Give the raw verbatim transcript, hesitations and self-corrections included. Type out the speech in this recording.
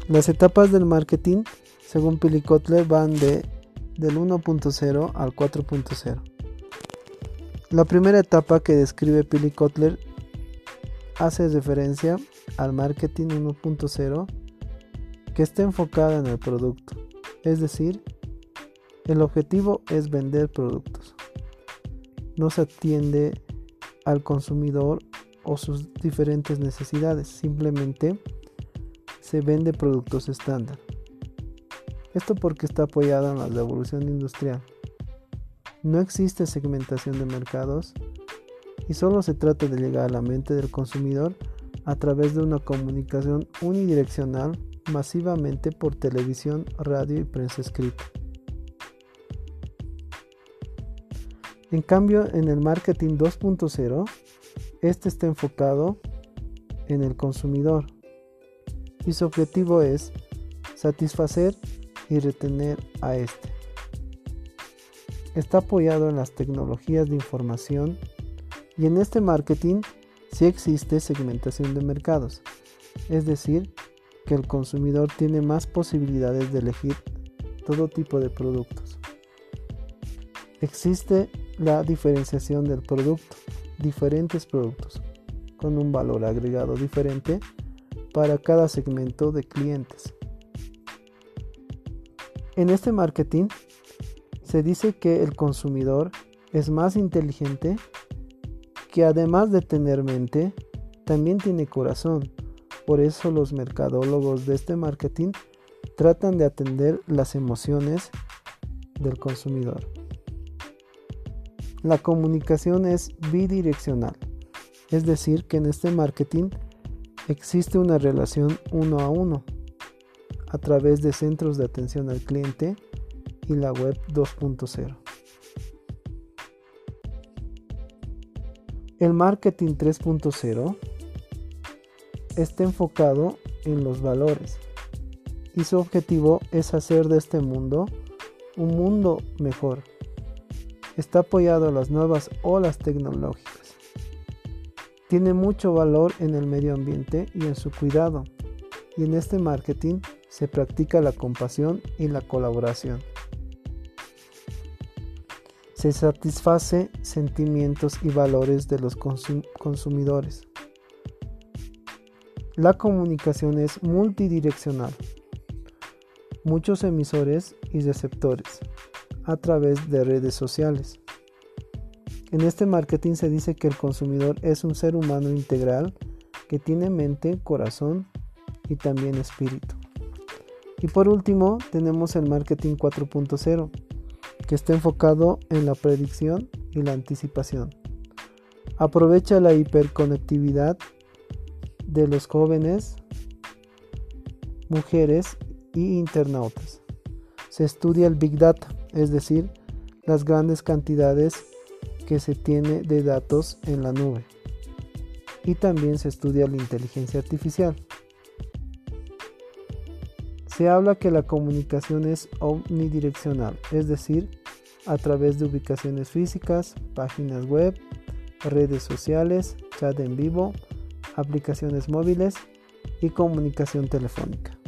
Las etapas del marketing, según Pili Kotler, van de, del uno punto cero al cuatro punto cero. La primera etapa que describe Pili Kotler hace referencia al marketing uno punto cero, que está enfocada en el producto, es decir, el objetivo es vender productos. No se atiende al consumidor o sus diferentes necesidades, simplemente se vende productos estándar. Esto porque está apoyado en la revolución industrial. No existe segmentación de mercados y solo se trata de llegar a la mente del consumidor a través de una comunicación unidireccional masivamente por televisión, radio y prensa escrita. En cambio, en el marketing dos punto cero, este está enfocado en el consumidor y su objetivo es satisfacer y retener a este. Está apoyado en las tecnologías de información y en este marketing sí existe segmentación de mercados, es decir, que el consumidor tiene más posibilidades de elegir todo tipo de productos. Existe la diferenciación del producto, diferentes productos, con un valor agregado diferente para cada segmento de clientes. En este marketing se dice que el consumidor es más inteligente, que además de tener mente, también tiene corazón. Por eso los mercadólogos de este marketing tratan de atender las emociones del consumidor. La comunicación es bidireccional, es decir, que en este marketing existe una relación uno a uno a través de centros de atención al cliente y la web dos punto cero. El marketing tres punto cero está enfocado en los valores y su objetivo es hacer de este mundo un mundo mejor. Está apoyado en las nuevas olas tecnológicas. Tiene mucho valor en el medio ambiente y en su cuidado, y en este marketing se practica la compasión y la colaboración. Se satisface sentimientos y valores de los consum- consumidores. La comunicación es multidireccional. Muchos emisores y receptores a través de redes sociales. En este marketing se dice que el consumidor es un ser humano integral que tiene mente, corazón y también espíritu. Y por último tenemos el marketing cuatro punto cero, que está enfocado en la predicción y la anticipación. Aprovecha la hiperconectividad de los jóvenes, mujeres y internautas. Se estudia el Big Data, es decir, las grandes cantidades que se tiene de datos en la nube. Y también se estudia la inteligencia artificial. Se habla que la comunicación es omnidireccional, es decir, a través de ubicaciones físicas, páginas web, redes sociales, chat en vivo, aplicaciones móviles y comunicación telefónica.